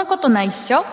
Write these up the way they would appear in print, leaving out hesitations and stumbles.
なことないっしょ。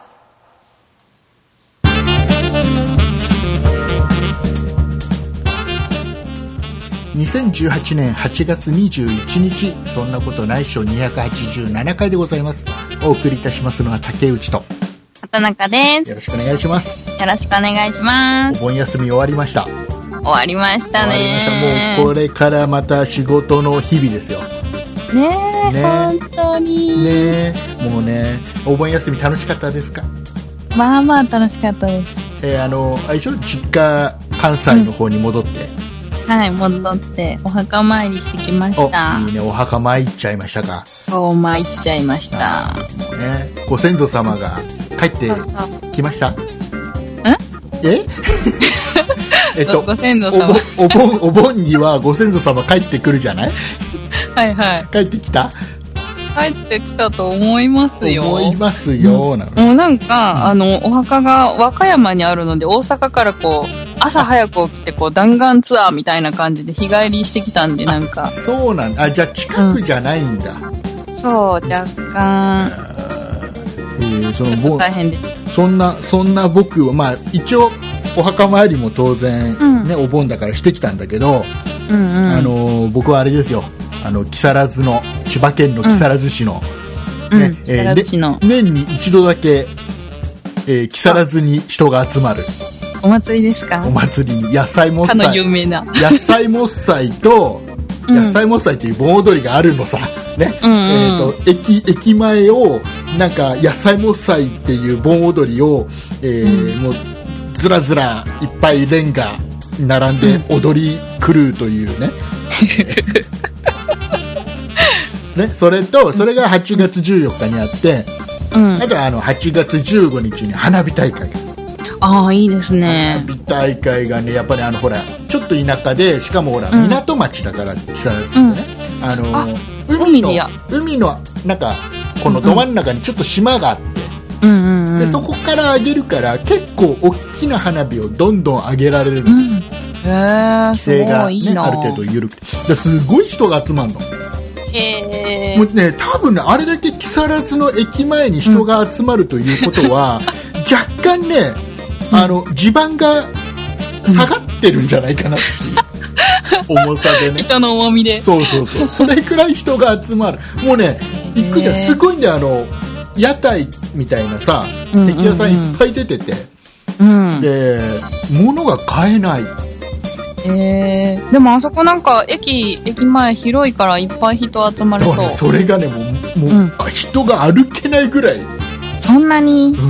2018年8月21日、そんなことないっしょ287回でございます。お送りいたしますのは竹内と畑中です。 よろしくお願いします。 よろしくお願いします。 お盆休み終わりました。 終わりましたね。 終わりました。もうこれからまた仕事の日々ですよ。 ねえ、本当に。 ねえ、もうね、お盆休み楽しかったですか？ まあまあ楽しかったです。 あれでしょ、実家関西の方に戻って、 はい、戻ってお墓参りしてきました。 いいね、お墓参っちゃいましたか？ そう参っちゃいました。 もうね、ご先祖様が帰ってきました？ ご先祖様お盆にはご先祖様帰ってくるじゃない？ はいはい。 帰ってきた？ 帰ってきたと思いますよ。 思いますよ。 もうなんか、お墓が和歌山にあるので、大阪からこう、朝早く起きて、こう、弾丸ツアーみたいな感じで日帰りしてきたんで、なんか。 そうなんだ。じゃあ近くじゃないんだ。 そう、若干。ちょっと大変です。 そんな僕は、まあ、一応、お墓参りも当然、ね、お盆だからしてきたんだけど、僕はあれですよ。木更津の、千葉県の木更津市の、 木更津市の年に一度だけ、木更津に人が集まる。 お祭りですか？ お祭りに、野菜もっさい。 有名な。 野菜もっさいと、野菜もっさいっていう盆踊りがあるのさ。ね。駅前を、なんか、野菜もっさいっていう盆踊りを、もう、ずらずらいっぱいレンガ並んで踊り狂うというね。ね、それが8月14日にあって、あとは8月15日に花火大会が。 ああ、いいですね。 花火大会がね、やっぱりほら、ちょっと田舎で、しかもほら、港町だから、木更津ってね。海の、なんか、このど真ん中にちょっと島があって、でそこから上げるから、結構大きな花火をどんどん上げられる。規制が、ね、ある程度緩くて。すごい人が集まるの。もうね、多分ね、あれだけ木更津の駅前に人が集まるということは、若干ね、地盤が下がってるんじゃないかなっていう重さでね。 人の重みで。 そう。それくらい人が集まる。もうね、行くじゃん。すごいんだよ、屋台みたいなさ、駅屋さんいっぱい出てて、で、物が買えない。 でもあそこなんか駅前広いからいっぱい人集まるそう。 それがね、もう、人が歩けないぐらい。 そんなに？ び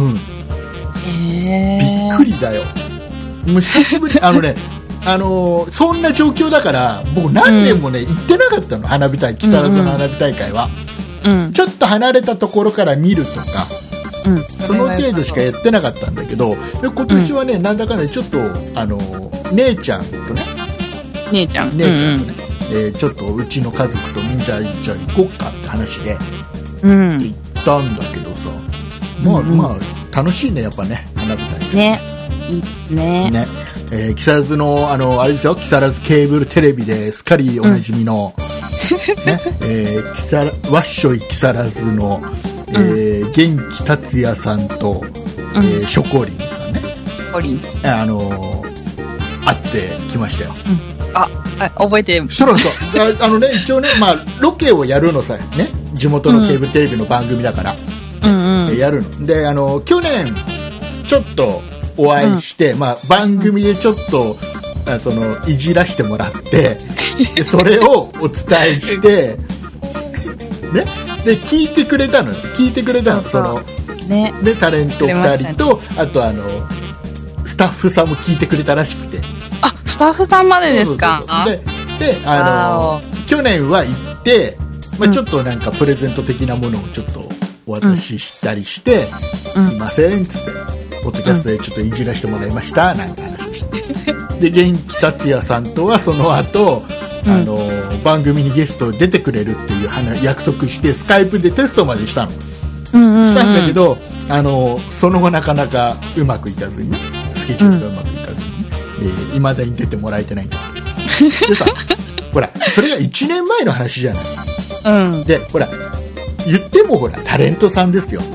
っくりだよ。もう久しぶりそんな状況だから僕何年もね、行ってなかったの、花火大会、木更津の花火大会は。ちょっと離れたところから見るとか、その程度しかやってなかったんだけど、今年はね、なんだかんだちょっと姉ちゃんとね、ちょっとうちの家族とみんなじゃあ行こっかって話で、行ったんだけどさ、まあ楽しいね、やっぱね、花火大会ね、いいですね。 木更津のあれですよ、木更津ケーブルテレビですっかりおなじみの、わっしょい木更津の、元気達也さんと、ショコリンさんね、会ってきましたよ。 覚えてる。 そう一応ね、まあロケをやるのさね、地元のケーブルテレビの番組だから、やるので、去年ちょっとお会いして、まあ番組でちょっといじらしてもらってでそれをお伝えしてね、で聞いてくれたの、ね、タレント2人と、あとスタッフさんも聞いてくれたらしくて。 スタッフさんまでですか？ で去年は行って、まあ、ちょっとなんかプレゼント的なものをちょっとお渡ししたりして、すいませんっつってポッドキャストでちょっといじらしてもらいましたなんて話をしてで、元気達也さんとはその後番組にゲスト出てくれるっていう約束して、スカイプでテストまでしたの、したんだけど、その後なかなかうまくいかずにね、スケジュールがうまくいかずに、未だに出てもらえてないんだでさ、ほらそれが1年前の話じゃない、でほら言ってもほらタレントさんですよ、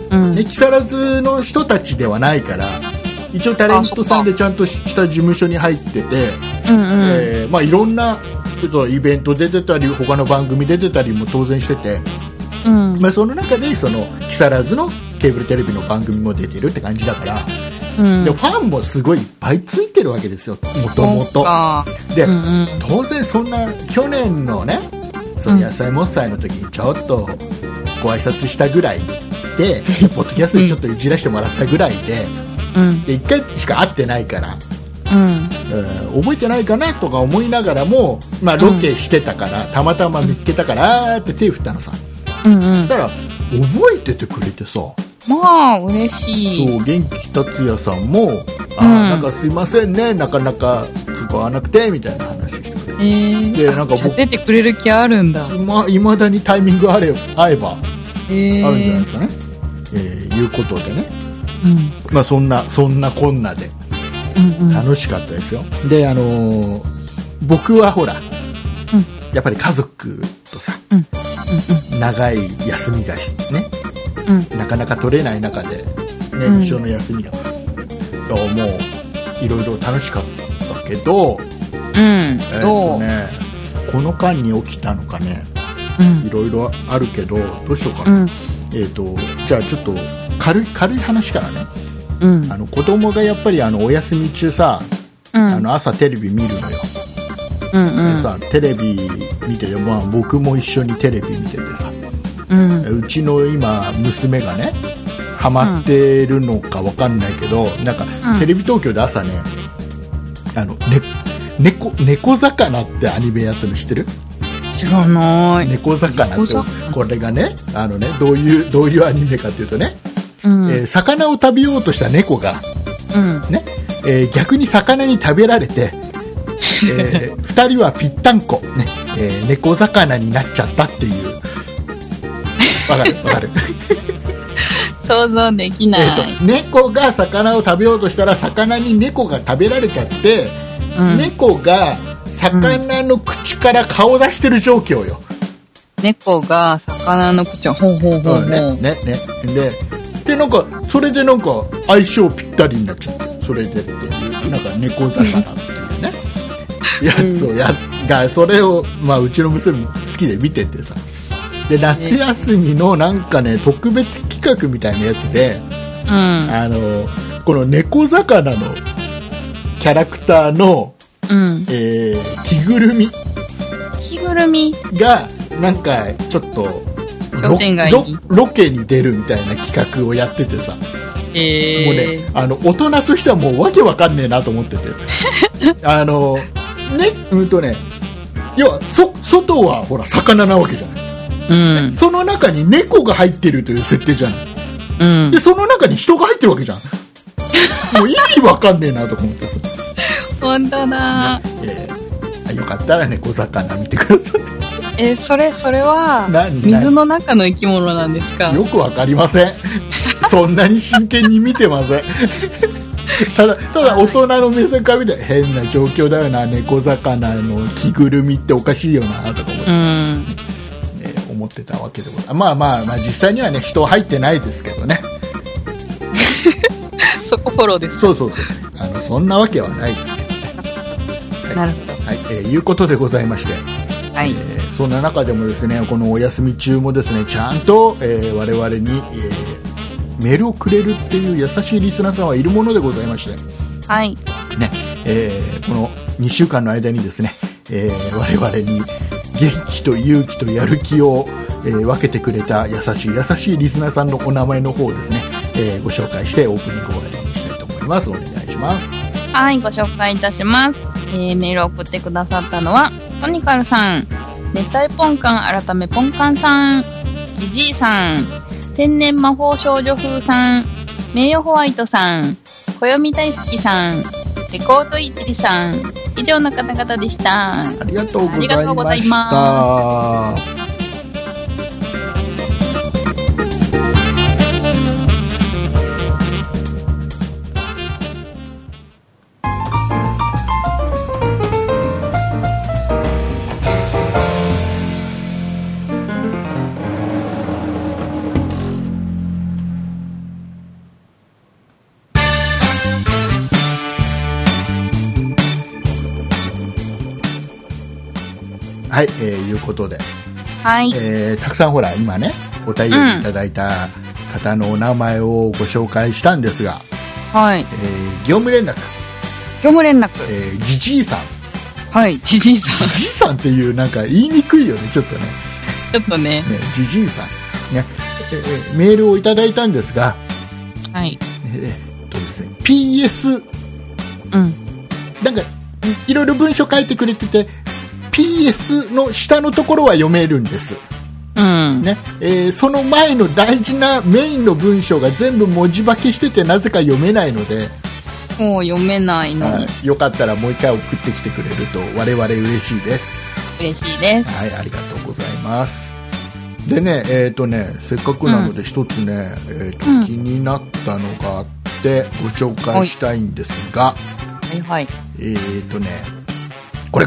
ね、木更津の人たちではないから一応タレントさんでちゃんとした事務所に入ってて、まあ、いろんなイベント出てたり他の番組出てたりも当然してて、まあ、その中でその木更津のケーブルテレビの番組も出てるって感じだから、でファンもすごいいっぱいついてるわけですよ、もともと。で、当然そんな去年のねその野菜もっさいの時にちょっとご挨拶したぐらいで、ポッドキャストでちょっといじらしてもらったぐらいで、で1回しか会ってないから、覚えてないかなとか思いながらも、まあ、ロケしてたから、たまたま見つけたから、って手振ったのさ。そしたら覚えててくれてさ、 まあ嬉しい。 そう、元気達也さんも、なんかすいませんね、なかなか使わなくてみたいな話してくれて、でなんか出てくれる気あるんだ。 いまだにタイミング合えばあるんじゃないですかね、いうことでね、まあ、そんなこんなで楽しかったですよ。で僕はほら、やっぱり家族とさ、長い休みがね、なかなか取れない中で、ね、一緒の休みが、もういろいろ楽しかったけど、この間に起きたのかね、いろいろあるけどどうしようかな、じゃあちょっと軽い話からね、子供がやっぱりお休み中さ、朝テレビ見るのよ、でさテレビ見て、まあ、僕も一緒にテレビ見ててさ、うちの今娘がねハマってるのか分かんないけど、なんかテレビ東京で朝ね、猫魚ってアニメやってるの知ってる？ 知らない。 猫魚って、これがね、どういうアニメかというとね、魚を食べようとした猫が、ね、逆に魚に食べられて、2人はぴったんこ、ね、猫魚になっちゃったっていう。わかる想像できない、 猫が魚を食べようとしたら魚に猫が食べられちゃって、猫が魚の口から顔出してる状況よ。 猫が魚の口をでなんかそれでなんか相性ぴったりになっちゃって、それでっていうなんか猫魚っていうねやつをそれを、まあ、うちの娘も好きで見ててさ、で夏休みのなんかね特別企画みたいなやつで、この猫魚のキャラクターの、着ぐるみがなんかちょっとロケに出るみたいな企画をやっててさ、もうね大人としてはもうわけわかんねえなと思ってて要は外はほら魚なわけじゃない、その中に猫が入ってるという設定じゃない、でその中に人が入ってるわけじゃんもう意味わかんねえなと思ってさ本当だ、 よかったら猫魚見てください。 それは水の中の生き物なんですか？ よくわかりませんそんなに真剣に見てませんただ大人の目線から見て変な状況だよな、猫魚の着ぐるみっておかしいよなとか思ってたわけでございます。まあ実際にはね人は入ってないですけどねそこフォローです。 そうそんなわけはないですけどね、 なるほど、 いうことでございまして、そんな中でもですね、このお休み中もですねちゃんと、我々に、メールをくれるっていう優しいリスナーさんはいるものでございまして、この2週間の間にですね、我々に元気と勇気とやる気を、分けてくれた優しいリスナーさんのお名前の方をですね、ご紹介してオープニング終わりにしたいと思います。お願いします。 はい、ご紹介いたします。メールを送ってくださったのはトニカルさん、熱帯ポンカン改めポンカンさん、ジジイさん、天然魔法少女風さん、名誉ホワイトさん、暦大好きさん、レコードイチリさん、以上の方々でした。 ありがとうございました。 はい、いうことで、 はい。 たくさんほら今ねお便りいただいた方のお名前をご紹介したんですが、 はい。 業務連絡、じじいさん、 はい、じじいさん。 じじいさんっていうなんか言いにくいよね、ちょっとね。 ちょっとね。 じじいさんね、メールをいただいたんですが、 はい。 ですね、PS、 うん。 なんかいろいろ文章書いてくれてて、PS の下のところは読めるんです。 うんね、その前の大事なメインの文章が全部文字化けしててなぜか読めないので、 もう読めないの。 よかったらもう一回送ってきてくれると我々嬉しいです。 嬉しいです。 はい、ありがとうございます。でね、せっかくなので一つね、気になったのがあってご紹介したいんですが、 はいはい。 これ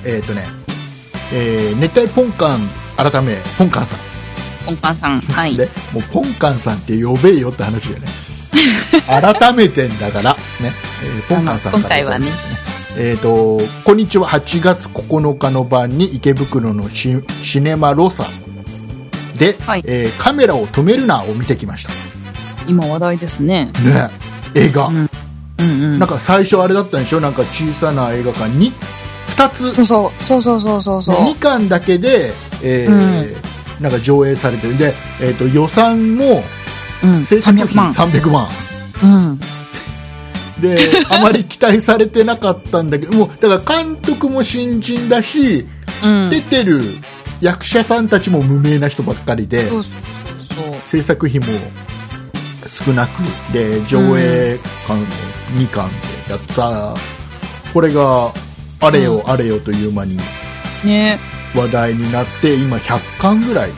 熱帯ポンカン改めポンカンさん。 ポンカンさん、はい。 でもうポンカンさんって呼べよって話だよね。改めてんだからね、ポンカンさんから、 今回はね、 こんにちは。8月9日の晩に池袋のシネマロサで、はい、カメラを止めるなを見てきました。 今話題ですね。 ね、映画、 うんうんうん、 なんか最初あれだったんでしょ、なんか小さな映画館に2つ、 そう 2巻だけで、なんか上映されてるんで、予算も制作費300万、 うん、 であまり期待されてなかったんだけど、もうだから監督も新人だし、出てる役者さんたちも無名な人ばっかりで、制作費も少なくで上映館も2巻でやったら、これがあれよあれよという間に話題になって、今100巻ぐらい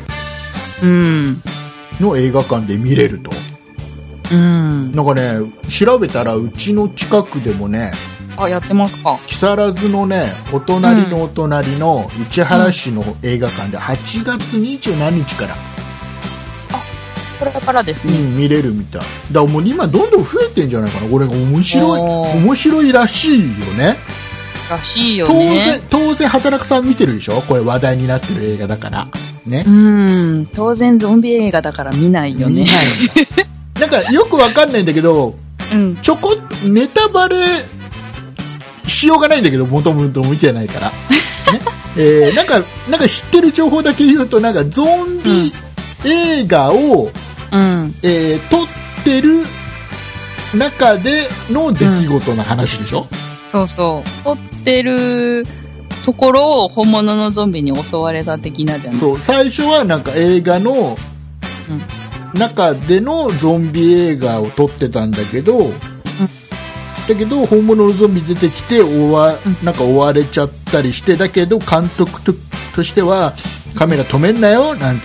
の映画館で見れると。なんかね、調べたらうちの近くでもね、 やってますか。 木更津のね、お隣のお隣の市原市の映画館で8月20何日から、 これからですね、 見れるみたいだからもう今どんどん増えてんじゃないかな。これが面白いらしいよね。 らしいよね。 当然働くさん見てるでしょ、これ話題になってる映画だからね。 当然ゾンビ映画だから見ないよね。見ないんだなんかよくわかんないんだけど、ちょこっとネタバレしようがないんだけど、もともと見てないから、ね、なんか知ってる情報だけ言うと、なんかゾンビ映画を、撮ってる中での出来事の話でしょ。 そうそう、撮ってるところを本物のゾンビに襲われた的なじゃん。 そう、最初はなんか映画の中でのゾンビ映画を撮ってたんだけど、だけど本物のゾンビ出てきてなんか追われちゃったりして、だけど監督としてはカメラ止めんなよなんつって、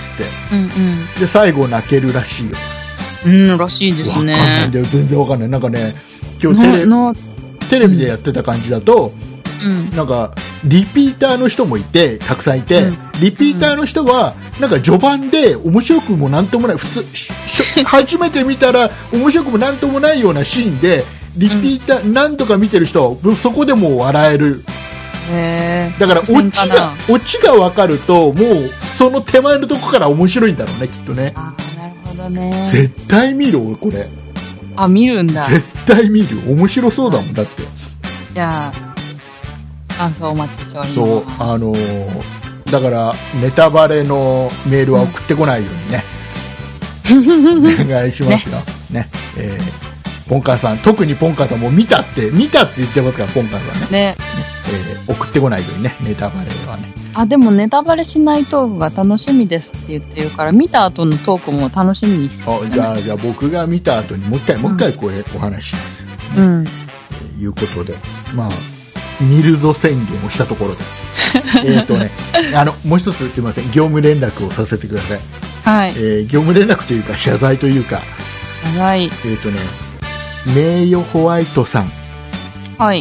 で最後泣けるらしいよ。 らしいですね。 わかんないんだよ、全然わかんない。なんかね、今日テレビでやってた感じだと、なんかリピーターの人もいて、たくさんいて、リピーターの人はなんか序盤で面白くもなんともない、普通初めて見たら面白くもなんともないようなシーンで、リピーター何度か見てる人はそこでもう笑える。だからオチが分かると、もうその手前のとこから面白いんだろうね、きっとね。 なるほどね。 絶対見る、これ。 見るんだ。 絶対見る。面白そうだもん、だって。 じゃあ感想お待ちしております。 そう、だからネタバレのメールは送ってこないようにね、お願いしますよね。ポンカンさん、特にポンカンさんも見たって言ってますから、ポンカンさんね。送ってこないようにね、ネタバレはね。 でもネタバレしないトークが楽しみですって言ってるから、見た後のトークも楽しみにしてる、 じゃあ僕が見た後にもう一回こうお話しますよ、ね。いうことで、まあ見るぞ宣言をしたところでもう一つすいません、業務連絡をさせてください。 はい。 業務連絡というか謝罪というか、名誉ホワイトさん、 はい。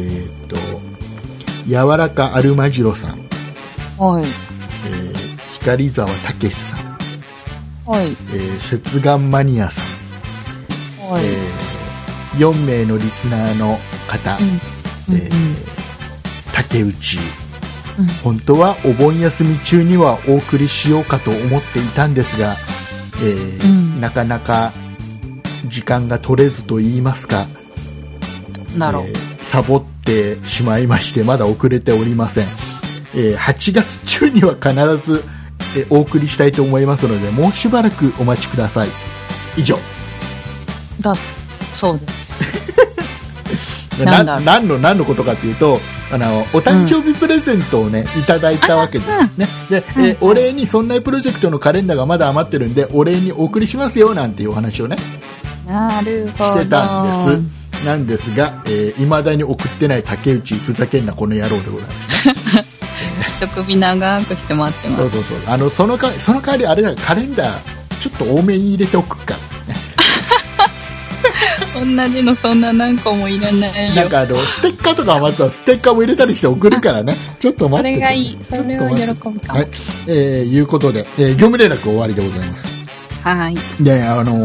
柔らかアルマジロさん、 はい。 光沢武さん、 はい。 接眼マニアさん、 はい。 4名のリスナーの方、竹内本当はお盆休み中にはお送りしようかと思っていたんですが、なかなか時間が取れずと言いますか、サボってしまいましてまだ遅れておりません。8月中には必ずお送りしたいと思いますので、もうしばらくお待ちください。以上だそうです。 何のことかというと、お誕生日プレゼントをね、いただいたわけですね。で、お礼にそんなプロジェクトのカレンダーがまだ余ってるんで、お礼にお送りしますよなんていうお話をね、 なるほど、 してたんです。なんですが、未だに送ってない竹内ふざけんなこの野郎でございますね。 一首長くして待ってます。 そうその代わりあれだ、カレンダーちょっと多めに入れておくからね。 同じのそんな何個もいらないよ。 なんかステッカーとかはまずはステッカーも入れたりして送るからね。ちょっと待ってて、 それがいい。それは喜ぶかも。 はい、いうことで、業務連絡終わりでございます。 はい。 で、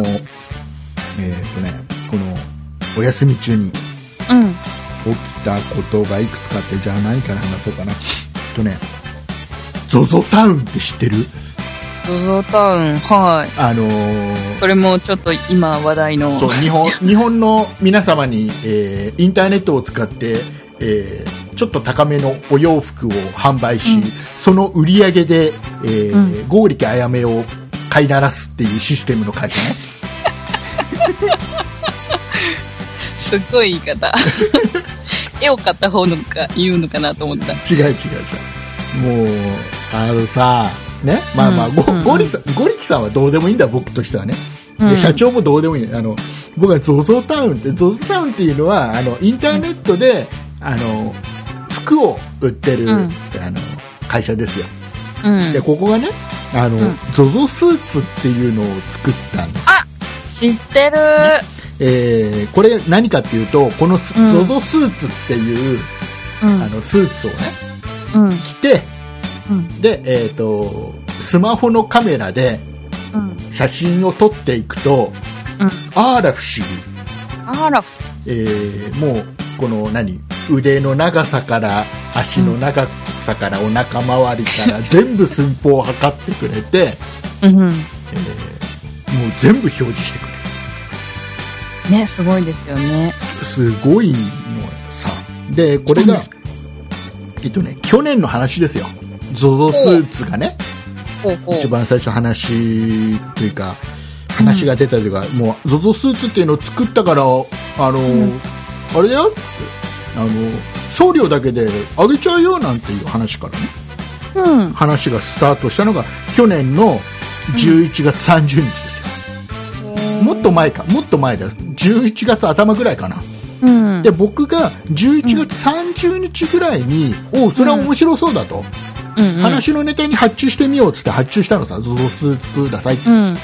このお休み中に起きたことがいくつかあって、じゃあ何から話そうかな。ZOZO タウンって知ってる ？ZOZO タウン、はい。それもちょっと今話題の。 そう、日本の皆様に、インターネットを使って、ちょっと高めのお洋服を販売し、その売り上げで、剛力あやめを飼いならすっていうシステムの会社ね。 すっごい言い方。絵を買った方のか言うのかなと思った。 違う。もうさね、まあ、ゴリキさんはどうでもいいんだ、僕としてはね。で、社長もどうでもいい。僕は ZOZO タウンっていうのはインターネットで服を売ってる、会社ですよ。で、ここがねZOZO スーツっていうのを作ったんです。 あ、知ってる。 これ何かっていうと、この ZOZO スーツっていう、スーツをね、着て、で、スマホのカメラで写真を撮っていくと、あら不思議、もうこの腕の長さから足の長さからお腹周りから全部寸法を測ってくれて、もう全部表示してくれるね。すごいですよね。 すごいのさ。で、これが去年の話ですよ。ZOZO スーツがね、一番最初話というか話が出たというか、もう ZOZO スーツっていうのを作ったからあれだよって、送料だけであげちゃうよなんていう話からね、話がスタートしたのが去年の11月30日ですよ。もっと前だ。11月頭ぐらいかな。で、僕が11月30日ぐらいに、それは面白そうだと、話のネタに発注してみようっつって発注したのさ。 ZOZO スーツくださいって、ね。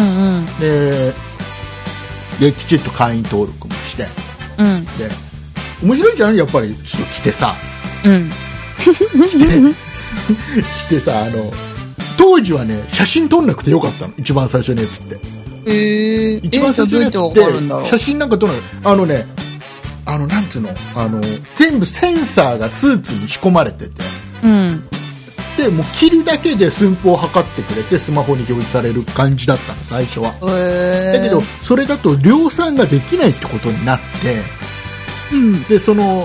できちっと会員登録もして、で面白いじゃん、やっぱり。ちょっと来てさ、来てさ、当時はね、写真撮んなくてよかったの、一番最初のやつって。一番最初のやつって写真なんか撮らない。なんつうの、全部センサーがスーツに仕込まれてて、でもう着るだけで寸法を測ってくれてスマホに表示される感じだったの、最初は。だけどそれだと量産ができないってことになって、で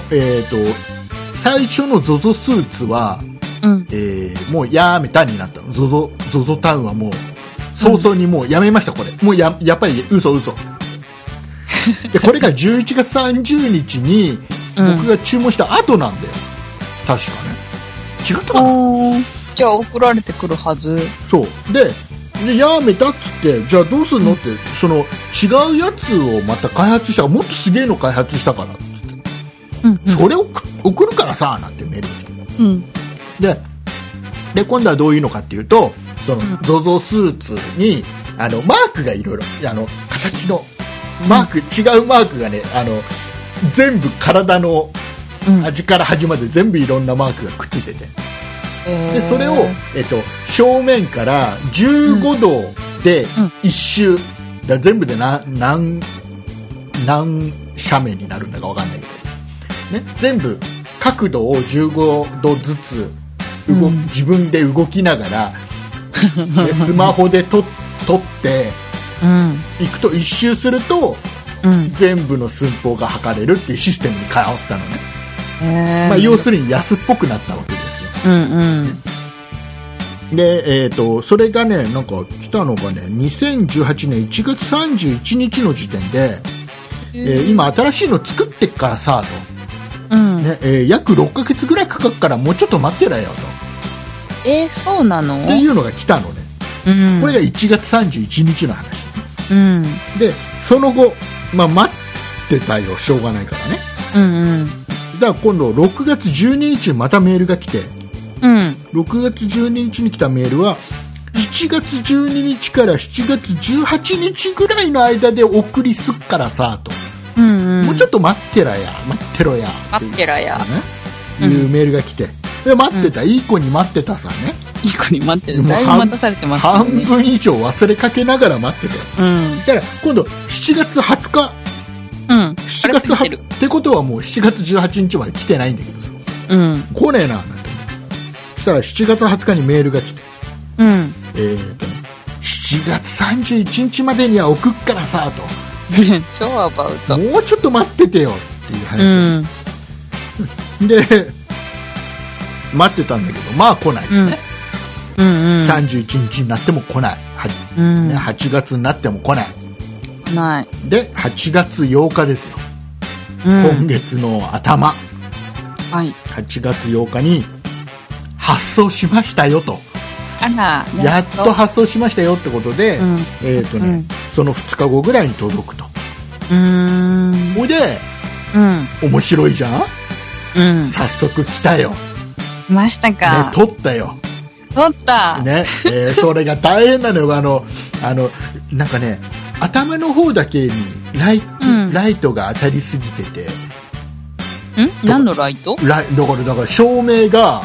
最初の ZOZO スーツは、もうやめたになったの。 ZOZO タウンはもう早々にもうやめました。これもうやっぱり嘘で、これが11月30日に僕が注文した後なんだよ、確かね。違ったかな。 じゃあ送られてくるはず。 そうでやめたっつって、じゃあどうすんのって、その違うやつをまた開発したから、もっとすげえの開発したからっつって、それを送るからさなんてメールが来て、で今度はどういうのかっていうと、その ZOZO スーツにマークがいろいろ、形のマーク、違うマークがね、全部体の端から端まで全部いろんなマークがくっついてて、でそれを、正面から15度で1周、だ全部で何斜面になるんだか分かんないけど、ね、全部角度を15度ずつ自分で動きながらでスマホで撮っていくと、一周すると、全部の寸法が測れるっていうシステムに変わったのね。まあ、要するに安っぽくなったわけですよ。で、それがね、なんか来たのがね、2018年1月31日の時点で、今新しいの作ってっからさと、ね、約6ヶ月ぐらいかかるからもうちょっと待ってらよと。 そうなの？ っていうのが来たのね。これが1月31日の話。で、その後、まあ、待ってたよ、しょうがないからね。だから今度6月12日にまたメールが来て、6月12日に来たメールは7月12日から7月18日ぐらいの間で送りすっからさと、もうちょっと待ってろやっていうメールが来て、で待ってた、いい子に待ってたさね。 いい子に待ってる。だいぶ待たされてますね。 半分以上忘れかけながら待ってて、だから今度7月20日、7月20日ってことはもう7月18日まで来てないんだけどさ、来ねえななんて。そしたら7月20日にメールが来て、7月31日までには送っからさと超アバウト。 もうちょっと待っててよっていう話、で待ってたんだけど、まあ来ないよね。31日になっても来ない、8月になっても来ない。で8月8日ですよ、今月の頭、8月8日に発送しましたよと。やっと発送しましたよってことで、その2日後ぐらいに届くと。ほいで、面白いじゃん、早速来たよ。 来ましたか。 ね、撮ったよ。 撮ったね、それが大変なのよ。なんかね、頭の方だけにライトが当たりすぎてて。 何のライト？ だから照明が、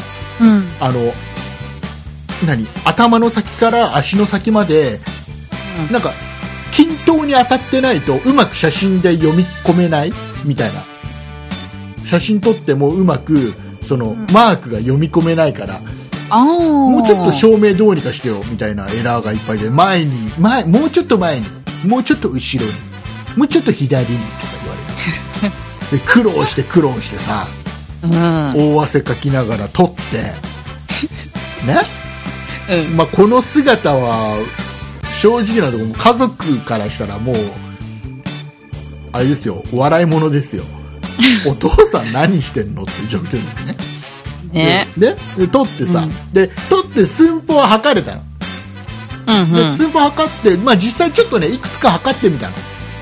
頭の先から足の先まで、なんか均等に当たってないとうまく写真で読み込めないみたいな。写真撮ってもうまくそのマークが読み込めないから、もうちょっと照明どうにかしてよみたいなエラーがいっぱいで、もうちょっと前に、もうちょっと後ろに、もうちょっと左にとか言われる。で苦労してさ、大汗かきながら撮ってね、まあ、この姿は正直なところ家族からしたらもうあれですよ、笑い物ですよ。お父さん何してんのっていう状況ですね。で撮ってさ、で撮って寸法は測れたの。で寸法測って、まあ、実際ちょっとねいくつか測ってみたの。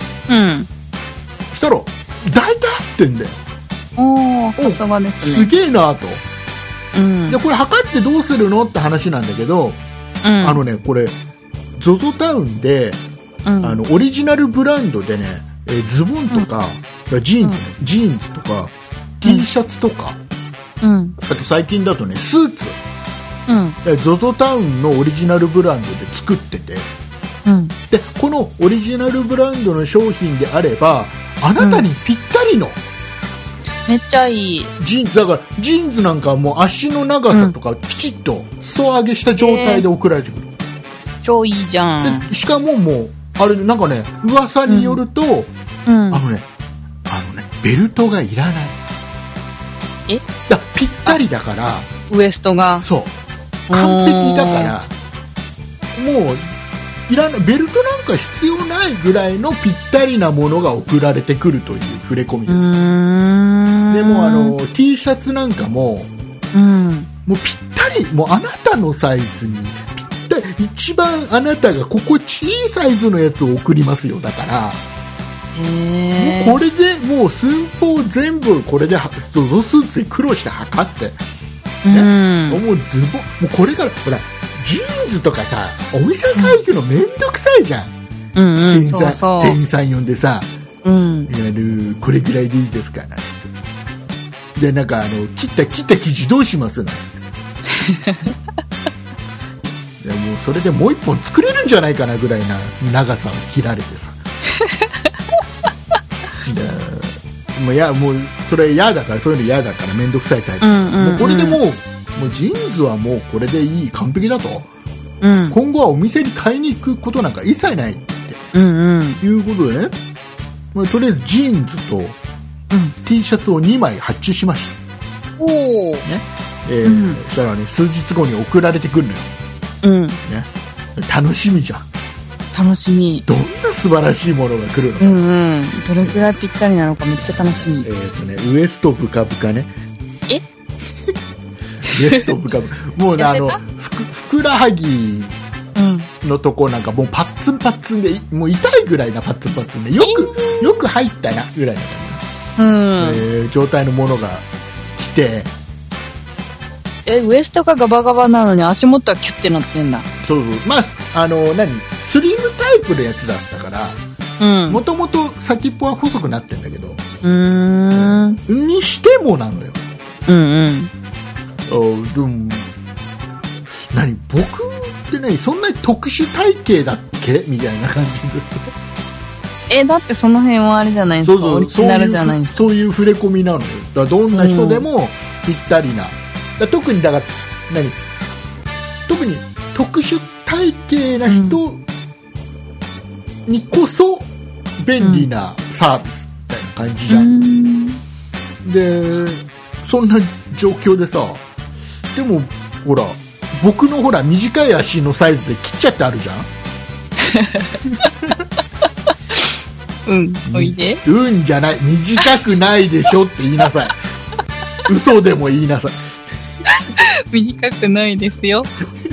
したら大体合ってんだよ。 さすがですね。 すげえなと。でこれ測ってどうするのって話なんだけど、これ ZOZO タウンで、オリジナルブランドでね、ズボンとか、ジーンズとか T シャツとか、あと最近だとねスーツ、ZOZO タウンのオリジナルブランドで作ってて、でこのオリジナルブランドの商品であればあなたにぴったりの、 めっちゃいいジーンズだから、ジーンズなんかもう足の長さとかきちっと裾上げした状態で送られてくる。 超いいじゃん。 でしかももうあれなんかね、噂によると、ベルトがいらない。ぴったりだから、 ウエストがそう完璧だから、もういらない、ベルトなんか必要ないぐらいのぴったりなものが送られてくるという触れ込みです。でもT シャツなんかも、もうぴったり、もうあなたのサイズにぴったり、一番あなたが心地いいサイズのやつを送りますよ。だからもうこれでもう寸法全部これでZOZOスーツで苦労して測って、もうズボン、もうこれからほらジーンズとかさ、お店に行くのめんどくさいじゃん。店員さん呼んでさ、これぐらいでいいですかなんつって、でなんか切った生地どうしますなんつってでもうそれでもう一本作れるんじゃないかなぐらいな長さを切られてさもうそれ嫌だから、そういうの嫌だからめんどくさいタイプ、もうこれでもうもうジーンズはもうこれでいい、完璧だと、 うん。 今後はお店に買いに行くことなんか一切ないってうんうん。 いうことでね、まあ、とりあえずジーンズと T シャツを2枚発注しました。 おー。 ね。そしたらね、数日後に送られてくるのよ。 うん。 ね。楽しみじゃん。 楽しみ。 どんな素晴らしいものが来るのか。 うんうん。どれくらいぴったりなのかめっちゃ楽しみ。 ウエストブカブカね。 えウエストブカブカ。もうね、ふくらはぎのとこなんかもうパッツンパッツンで、もう痛いぐらいなパッツンパッツンで、よく入ったな、ぐらいな感じ、状態のものが来て、 ウエストがガバガバなのに足元はキュッてなってんだ。 そうそう。まあ、スリムタイプのやつだったから、もともと先っぽは細くなってんだけど、にしてもなのよ。でも、僕ってそんなに特殊体型だっけみたいな感じです。 だってその辺はあれじゃないですか。オリジナルじゃないですか。 そういう触れ込みなのよ。だからどんな人でもぴったりな。特にだから特に特殊体型な人にこそ便利なサービスみたいな感じじゃん。でそんな状況でさ、でもほら僕のほら短い足のサイズで切っちゃってあるじゃん。 おいで。 じゃない、短くないでしょって言いなさい。嘘でも言いなさい。 短くないですよ。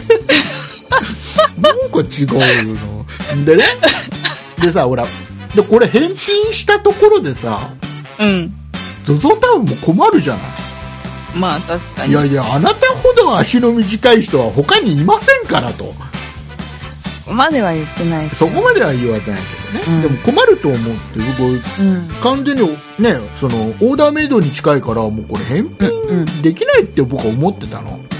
なんか違うの。でね、でさ、ほら、でこれ返品したところでさ、ZOZO タウンも困るじゃない。 まあ確かに。 いや、あなたほど足の短い人は他にいませんからと。 そこまでは言ってない。 そこまでは言わないけどね。でも困ると思って僕、完全にね、そのオーダーメイドに近いからもうこれ返品できないって僕は思ってたの。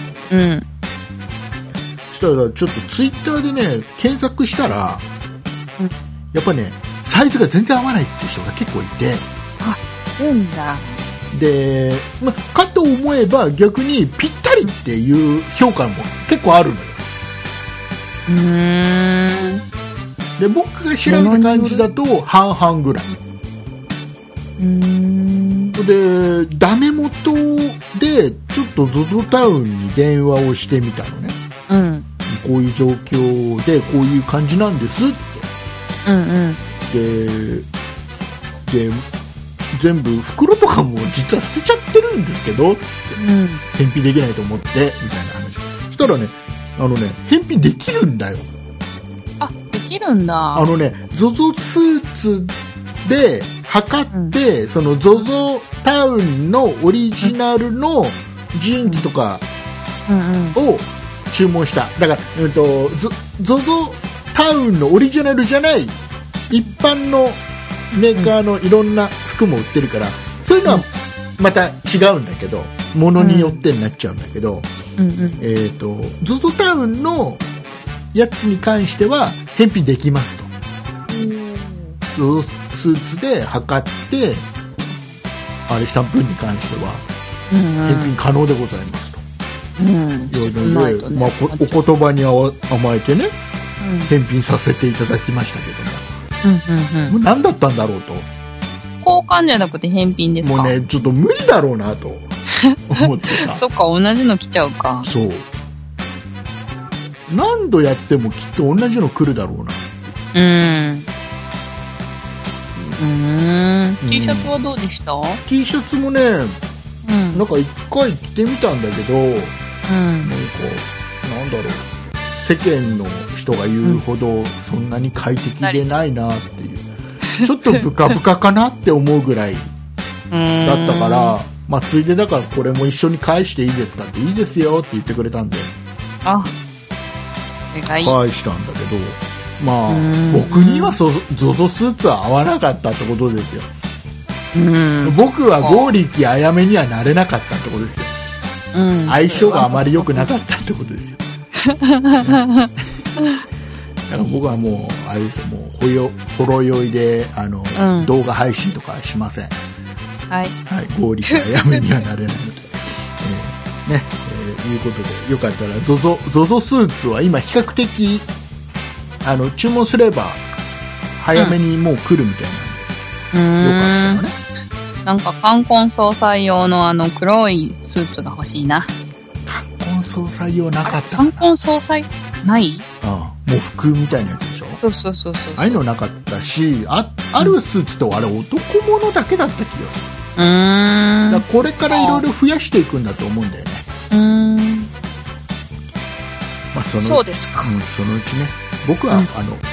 そしたらちょっとツイッターでね検索したら、やっぱねサイズが全然合わないっていう人が結構いて。 いるんだ。 で、かと思えば逆にぴったりっていう評価も結構あるのよ。で僕が調べた感じだと半々ぐらい。でダメ元でちょっと ZOZO タウンに電話をしてみたのね。こういう状況でこういう感じなんですって。で全部袋とかも実は捨てちゃってるんですけどって、返品できないと思ってみたいな話。そしたらね、返品できるんだよ。 できるんだ。 ZOZO スーツで測って、その ZOZO タウンのオリジナルのジーンズとかを注文した。だから、ZOZO タウンのオリジナルじゃない一般のメーカーのいろんな服も売ってるから、そういうのはまた違うんだけど、ものによってになっちゃうんだけど、ZOZO タウンのやつに関しては返品できますと。ZOZO スーツで測ってあれした分に関しては返品可能でございますと。いうので、お言葉に甘えてね、返品させていただきましたけども。何だったんだろうと。 交換じゃなくて返品ですか。 もうねちょっと無理だろうなと思ってさ。 そっか、同じの来ちゃうか。 そう、何度やってもきっと同じの来るだろうな。 T シャツはどうでした？ T シャツもね、なんか一回着てみたんだけど、なんかなんだろう、世間の人が言うほどそんなに快適でないなっていう、ちょっとブカブカかなって思うぐらいだったからついでだからこれも一緒に返していいですかって、いいですよって言ってくれたんで返したんだけど、僕にはZOZO スーツは合わなかったってことですよ。僕は剛力あやめにはなれなかったってことですよ。相性があまり良くなかったってことですよ。だから僕はもうあれですよ、もうほろ酔いで動画配信とかしません。剛力あやめにはなれないので、 いうことでよかったら ZOZO スーツは今比較的注文すれば早めにもう来るみたいなんで、よかったらね。 なんか冠婚葬祭用の黒いスーツが欲しいな。 冠婚葬祭用なかった。 冠婚葬祭ない？ もう服みたいなやつでしょ。 そう。 ああいうのなかったし、あるスーツとあれ男物だけだった気がする。だからこれからいろいろ増やしていくんだと思うんだよね。まあ、 そうですか。 そのうちね。僕は、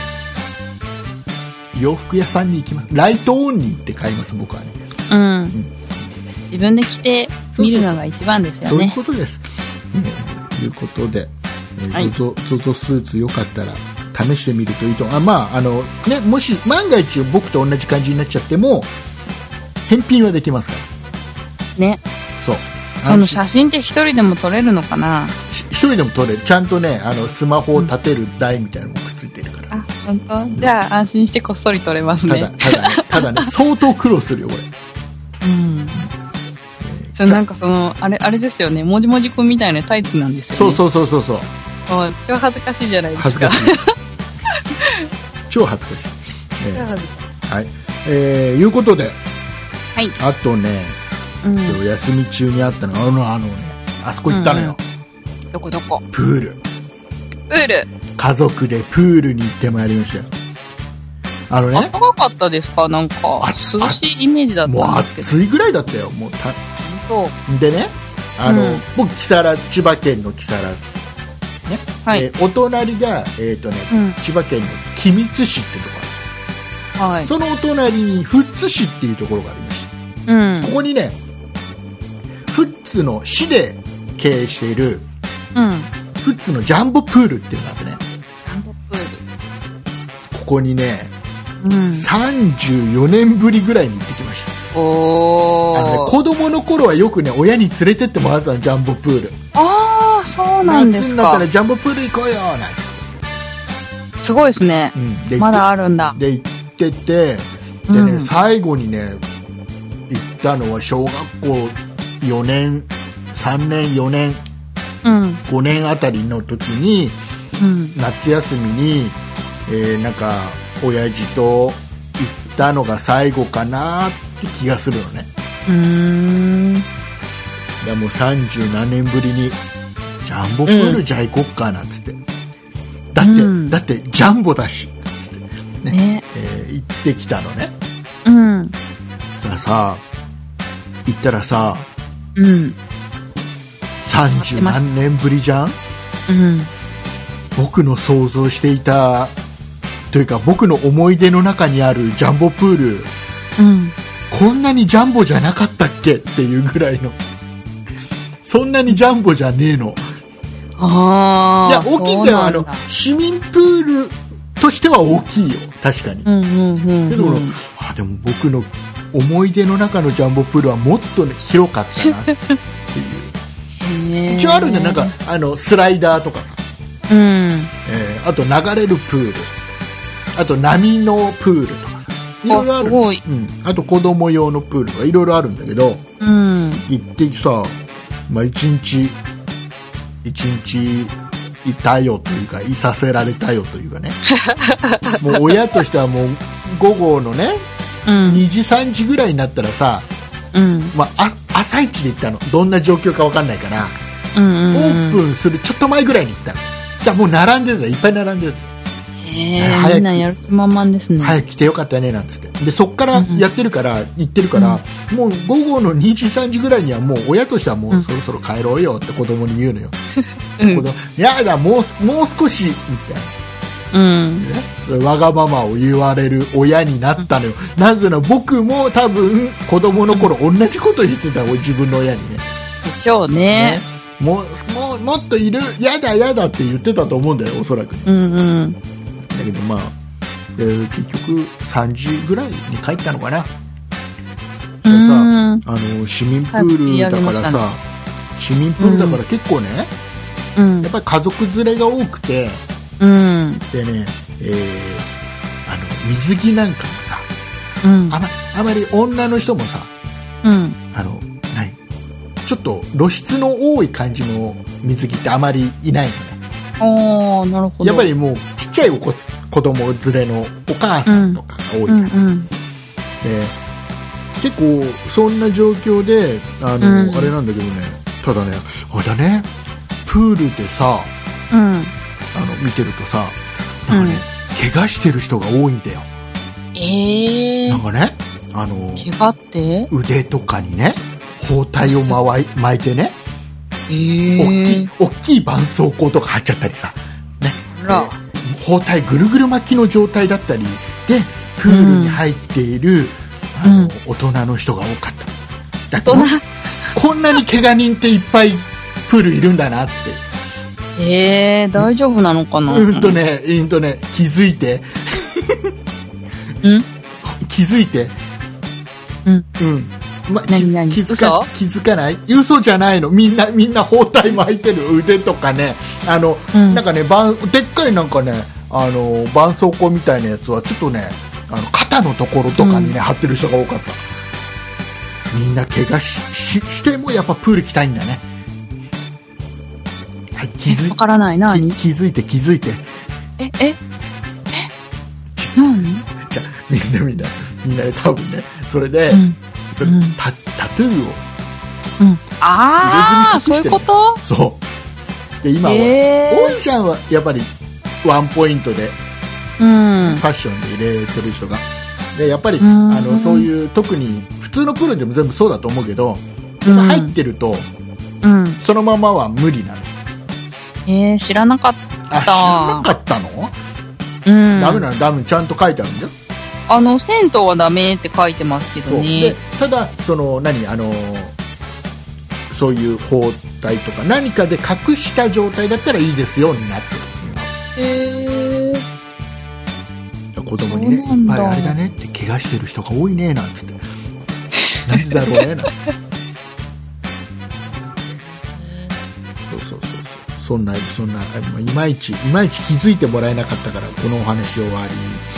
洋服屋さんに行きます。ライトオンに行って買います、僕はね。 自分で着て見るのが一番ですよね。 そういうことです。ということで、ZOZO スーツよかったら試してみるといいと。もし万が一僕と同じ感じになっちゃっても返品はできますからね。 そう。 その写真って一人でも撮れるのかな？ 一人でも撮れる。ちゃんとね、スマホを立てる台みたいなのもくっついてるから。 本当？じゃあ安心してこっそり撮れますね。 ただね、相当苦労するよこれ。 それなんかあれですよね。もじもじくんみたいなタイツなんですよね。 そう。 超恥ずかしいじゃないですか。 恥ずかしい。超恥ずかしい。はい。いうことで、 はい。 あとね、休み中にあったのがあそこ行ったのよ。 どこ？ プール。家族でプールに行ってまいりましたよ。 暖かかったですか？なんか涼しいイメージだったんですけど。 もう暑いぐらいだったよ。もうでね、僕千葉県の木更津ね。はい。お隣が千葉県の君津市ってところ。はい。そのお隣に富津市っていうところがありました。ここにね、富津の市で経営している富津のジャンボプールっていうのがあってね。 ジャンボプール。 ここにね、34年ぶりぐらいに行ってきました。子供の頃はよくね、親に連れてってもらってたの、ジャンボプール。そうなんですか。夏になったらジャンボプール行こうよなんつって。 すごいですね。まだあるんだ。 で行ってて、でね、最後にね行ったのは小学校4年3年4年、5年あたりの時に、夏休みに、なんか親父と行ったのが最後かなって気がするのね。でもう30何年ぶりにジャンボプールじゃあ行こっかなんつって、だってジャンボだしつってね、行ってきたのね。だからさ、行ったらさ、30何年ぶりじゃん。僕の想像していたというか、僕の思い出の中にあるジャンボプール、こんなにジャンボじゃなかったっけっていうぐらいのそんなにジャンボじゃねえの。いや大きいんだよ。市民プールとしては大きいよ、確かに。けどでも僕の思い出の中のジャンボプールはもっと、ね、広かったなっていう。一応あるんだよ、なんかスライダーとかさ、あと流れるプール、あと波のプールとかさ、いろいろある。あと子供用のプールとかいろいろあるんだけど、行ってさ、一日いたよというか、いさせられたよというかねもう親としてはもう午後のね、2時3時ぐらいになったらさ、朝一で行ったの。どんな状況か分かんないから、オープンするちょっと前ぐらいに行ったの。じゃあもう並んでるぞ、いっぱい並んでる。 みんなやる気満々ですね。 早く来てよかったねなんつって。でそっからやってるから、行ってるから、もう午後の2時3時ぐらいにはもう親としてはもうそろそろ帰ろうよって子供に言うのよ。やだ、もう少しみたいな、わがままを言われる親になったのよ。なぜなら僕も多分子供の頃同じこと言ってたの、自分の親にね。 でしょうね。 もっといる、やだって言ってたと思うんだよ、おそらく。だけど結局3時ぐらいに帰ったのかな。市民プールだからさ、市民プールだから結構ね、やっぱり家族連れが多くて、でね、水着なんかもさ、あまり女の人もさ、 ちょっと露出の多い感じの水着ってあまりいないのね。 ああ、なるほど。 やっぱりもうちっちゃい子供連れのお母さんとかが多いから、で結構そんな状況であれなんだけどね、ただね、あれだね、プールでさ、見てるとさ、なんかね、怪我してる人が多いんだよ。なんかね、 怪我って腕とかにね、包帯を巻いてね、大きい絆創膏とか貼っちゃったりさ、ね、包帯ぐるぐる巻きの状態だったりでプールに入っている、大人の人が多かった。だってこんなに怪我人っていっぱいプールいるんだなって。 大丈夫なのかな。 気づいて気づいて、 何気づかない？嘘じゃないの。みんな包帯巻いてる腕とかね、なんかね、でっかいなんかね、絆創膏みたいなやつはちょっとね、肩のところとかにね、貼ってる人が多かった。みんな怪我してもやっぱプール来たいんだね。はい、 わからない。何？ 気づいて。 何？ じゃあみんな多分ね、それで、タトゥーをああ、そういうこと？ そうで、今は多いじゃんはやっぱりワンポイントでファッションで入れてる人がで、やっぱりそういう特に普通のプールでも全部そうだと思うけど、入ってると、そのままは無理なの。 知らなかった。 知らなかったの？ダメなの？ダメ、ちゃんと書いてあるんだよ。 銭湯はダメって書いてますけどね。 でただそういう包帯とか何かで隠した状態だったらいいですよになってる。子供にね、いっぱいあれだねって、怪我してる人が多いねなんつってなんでだろうねなんつってそうそんないまいち気づいてもらえなかったからこのお話終わり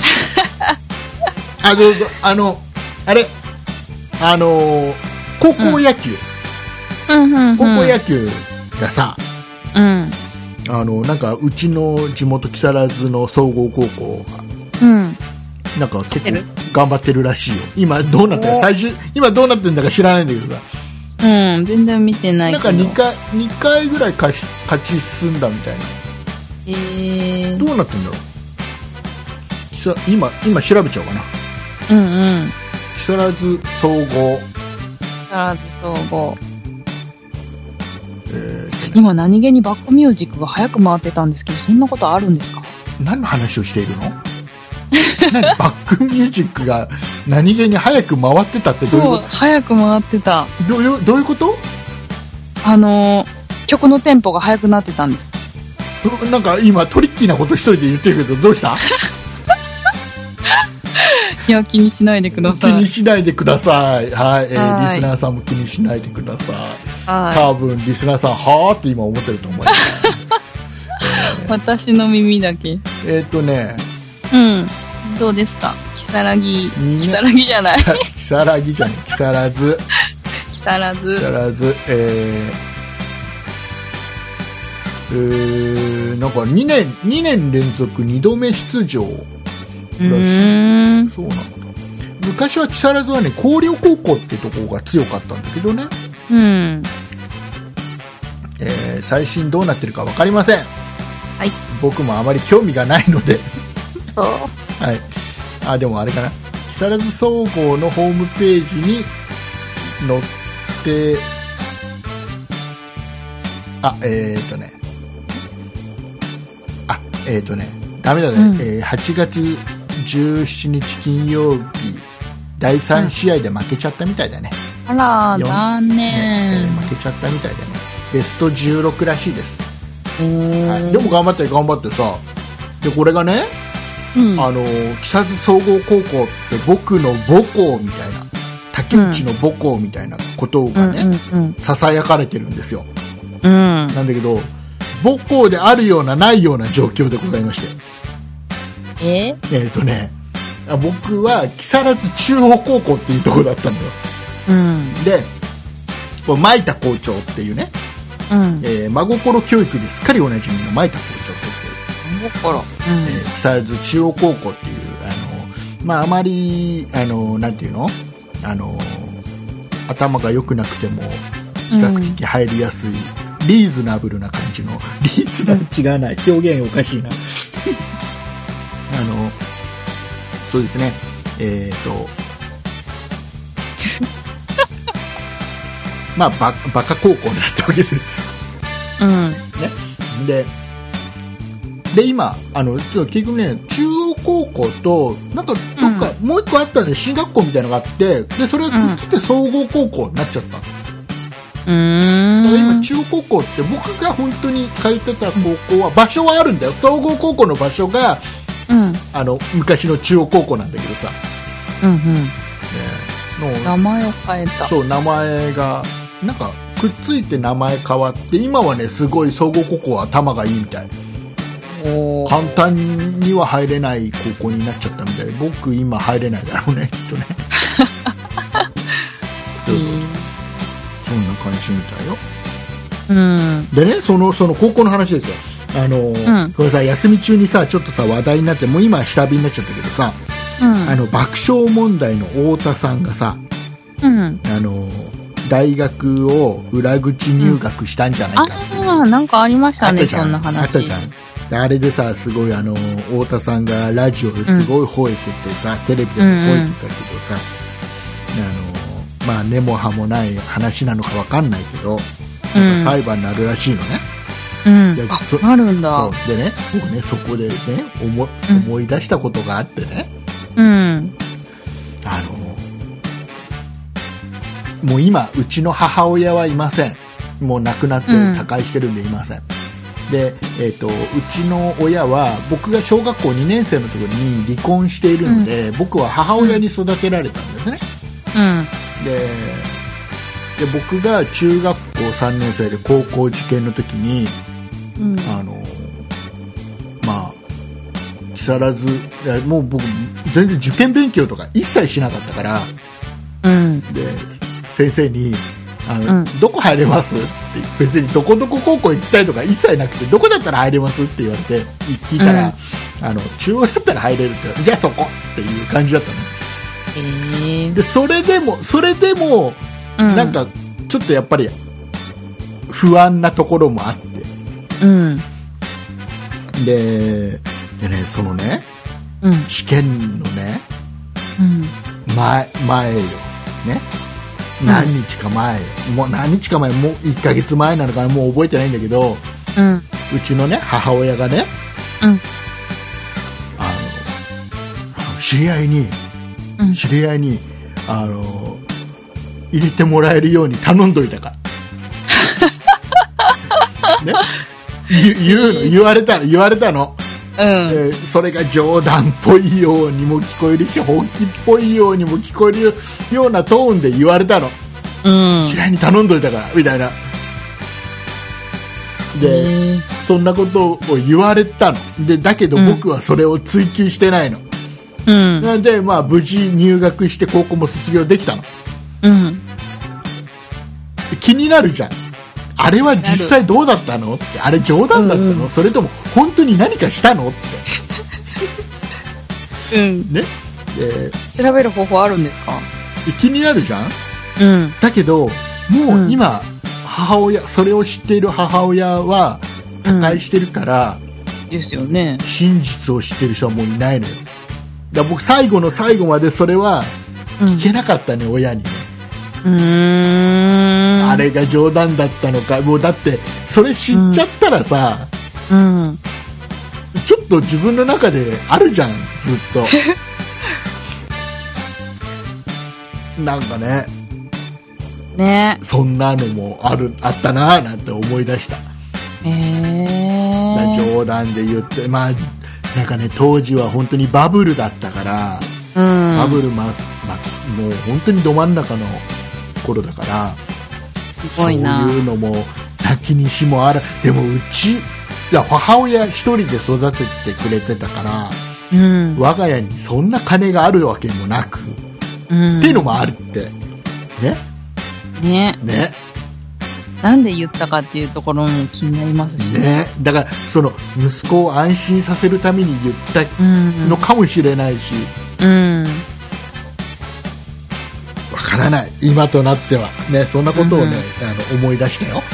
あれ高校野球、高校野球がさ、なんかうちの地元木更津の総合高校が、なんか結構頑張ってるらしいよ。今どうなってる？今どうなってるんだか知らないんだけどさ。 全然見てないけど。 なんか2回ぐらい勝ち進んだみたいな。どうなってるんだろう。今調べちゃおうかな。木更津総合。 今何気にバックミュージックが早く回ってたんですけど、そんなことあるんですか？ 何の話をしているの？バックミュージックが何気に早く回ってたってどういうこと？ 早く回ってた。 どういうこと？ 曲のテンポが速くなってたんです。 なんか今トリッキーなこと一人で言ってるけどどうした？ いや、気にしないでください。 気にしないでください。はい、リスナーさんも気にしないでください。多分リスナーさんはーって今思ってると思います。 私の耳だけ。どうですか？木更津じゃない。木更津。 なんか2年連続2度目出場らしい。そうなんだ。昔は木更津はね、広陵高校ってとこが強かったんだけどね。最新どうなってるか分かりません。 はい。 僕もあまり興味がないので。 そう。 はい。でもあれかな。木更津総合のホームページに載ってダメだね。8月17日金曜日第3試合で負けちゃったみたいだね。 あら、残念。 負けちゃったみたいだね。ベスト16らしいです。でも頑張ってさ。でこれがね、木更津総合高校って僕の母校みたいな、竹内の母校みたいなことがね、ささやかれてるんですよ。なんだけど母校であるようなないような状況でございまして、僕は木更津中央高校っていうところだったんだよ。でこれ前田校長っていうね、真心教育ですっかりおなじみの前田校長先生、 真心、 木更津中央高校っていうあまりなんていうの頭が良くなくても比較的入りやすい、リーズナブルな感じの、リーズナブル違うな、表現おかしいなそうですね、まあバカ高校だったわけです、ね、で今結局ね、中央高校となんかどっかもう一個あったんで、進学校みたいなのがあって、でそれがくっつって総合高校になっちゃった、だから今中央高校って僕が本当に通ってた高校は場所はあるんだよ、総合高校の場所が、昔の中央高校なんだけどさ、 名前を変えた。 そう、名前がなんかくっついて名前変わって、今はねすごい総合高校は頭がいいみたい、簡単には入れない高校になっちゃったみたいで、僕今入れないだろうねきっとねそんな感じみたいよ、でね、その高校の話ですよ。これさ、休み中にさちょっとさ話題になって、もう今は下火になっちゃったけどさ、爆笑問題の太田さんがさ、大学を裏口入学したんじゃないかっていう、 なんかありましたね、そんな話。 あったじゃん。あれでさ、すごい太田さんがラジオですごい吠えててさ、テレビでも吠えてたけどさ、まあ根も葉もない話なのかわかんないけど、裁判になるらしいのね。 なるんだ。 そうでね、僕ねそこでね思い出したことがあってね、もう今うちの母親はいません。もう亡くなって他界してるんでいません。で、うちの親は僕が小学校2年生の時に離婚しているので、僕は母親に育てられたんですね。で僕が中学校3年生で高校受験の時に、まあ木更津、もう僕全然受験勉強とか一切しなかったから、で先生にどこ入れますって、別にどこどこ高校行きたいとか一切なくて、どこだったら入れますって言われて聞いたら、中央だったら入れるって、じゃあそこっていう感じだったの。でそれでも、なんかちょっとやっぱり不安なところもあって、でね、そのね、試験のね、前よね、何日か前、もう1ヶ月前なのかな、もう覚えてないんだけど、うちのね母親がね、知り合いに入れてもらえるように頼んどいたからね、言われたの、それが冗談っぽいようにも聞こえるし、本気っぽいようにも聞こえるようなトーンで言われたの、知り合いに頼んどいたからみたいな。でそんなことを言われたので、だけど僕はそれを追求してないの、なので、まあ、無事入学して高校も卒業できたの、気になるじゃん、あれは実際どうだったのって、あれ冗談だったの、それとも本当に何かしたのってね、 調べる方法あるんですか？ 気になるじゃん、だけどもう今、それを知っている母親は他界してるから、 ですよね、 真実を知ってる人はもういないのよ。だから僕最後の最後までそれは聞けなかったね、親にね。あれが冗談だったのか、もうだってそれ知っちゃったらさ、ちょっと自分の中であるじゃん、ずっとなんかね、そんなのもあったなーなんて思い出した。冗談で言って、まあなんかね、当時は本当にバブルだったから、バブルもう本当にど真ん中の頃だから、 すごいな、 そういうのもなきにしもあら。でも母親一人で育ててくれてたから、我が家にそんな金があるわけもなく、っていうのもあるってね。 なんで言ったかっていうところも気になりますしね。 だからその息子を安心させるために言ったのかもしれないし、わからない、今となってはね、そんなことをね、思い出したよ。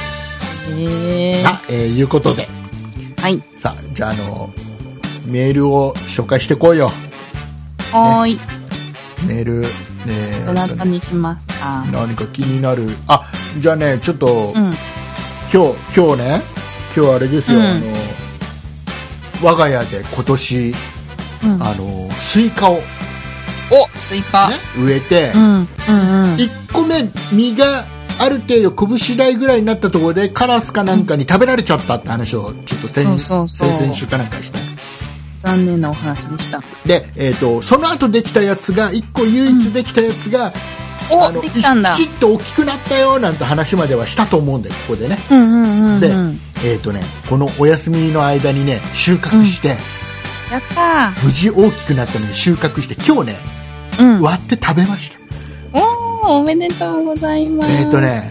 いうことで、 はい、 さあじゃあメールを紹介してこいよ。 はい、 メール、 どなたにしますか。 何か気になる。じゃあね、ちょっと、今日あれですよ、我が家で今年、スイカをスイカ、 植えて、1個目実がある程度拳台ぐらいになったところでカラスかなんかに食べられちゃったって話をちょっと先々週かなんかして、 残念なお話でした。 で、その後できたやつが1個唯一できたやつが、 できたんだ。 きちっと大きくなったよなんて話まではしたと思うんで、ここでね。で、このお休みの間にね、収穫して、 やったー。 無事大きくなったのに収穫して、今日ね、割って食べました。 おめでとうございます。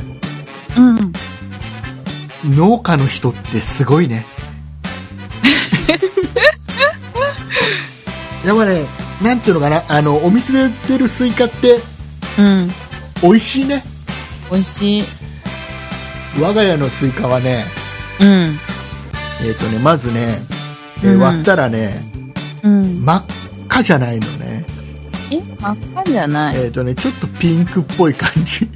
農家の人ってすごいね。やっぱね、なんていうのかな、お店で売ってるスイカって、美味しいね。 美味しい。 我が家のスイカはね、まずね、割ったらね、真っ赤じゃないのね。 真っ赤じゃない。 ちょっとピンクっぽい感じ。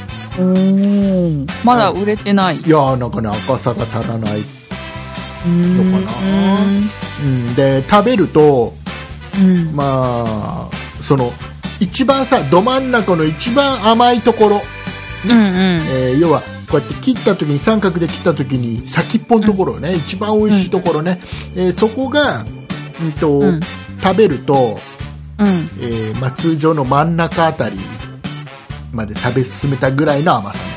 まだ売れてない。 いや、なんかね、赤さが足らないのかな。で、食べると、まあ、その、一番さ、ど真ん中の一番甘いところ、要は、こうやって切った時に、三角で切った時に、先っぽのところね、一番美味しいところね、そこが、食べると、通常の真ん中あたりまで食べ進めたぐらいの甘さ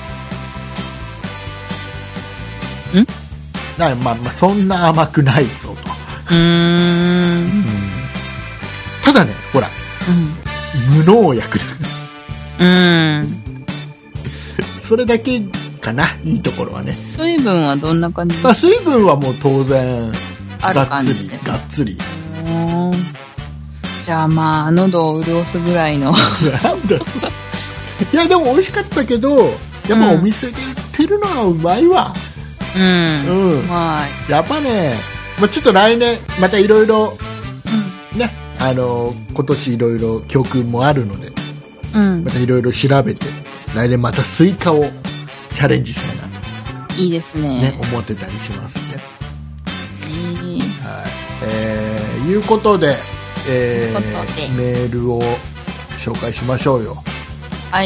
ね。そんな甘くないぞと。ただね、ほら、無農薬だ。それだけかな、いいところはね。 水分はどんな感じですか？ 水分はもう当然がっつり。 じゃあ喉を潤すぐらいの。なんだいやでも美味しかったけど、やっぱお店で売ってるのはうまいわ。やっぱね、ちょっと来年またいろいろね、今年いろいろ教訓もあるので、またいろいろ調べて来年またスイカをチャレンジしたいなと。 いいですね。 思ってたりしますね。いうことで。メールを紹介しましょうよ。 はい。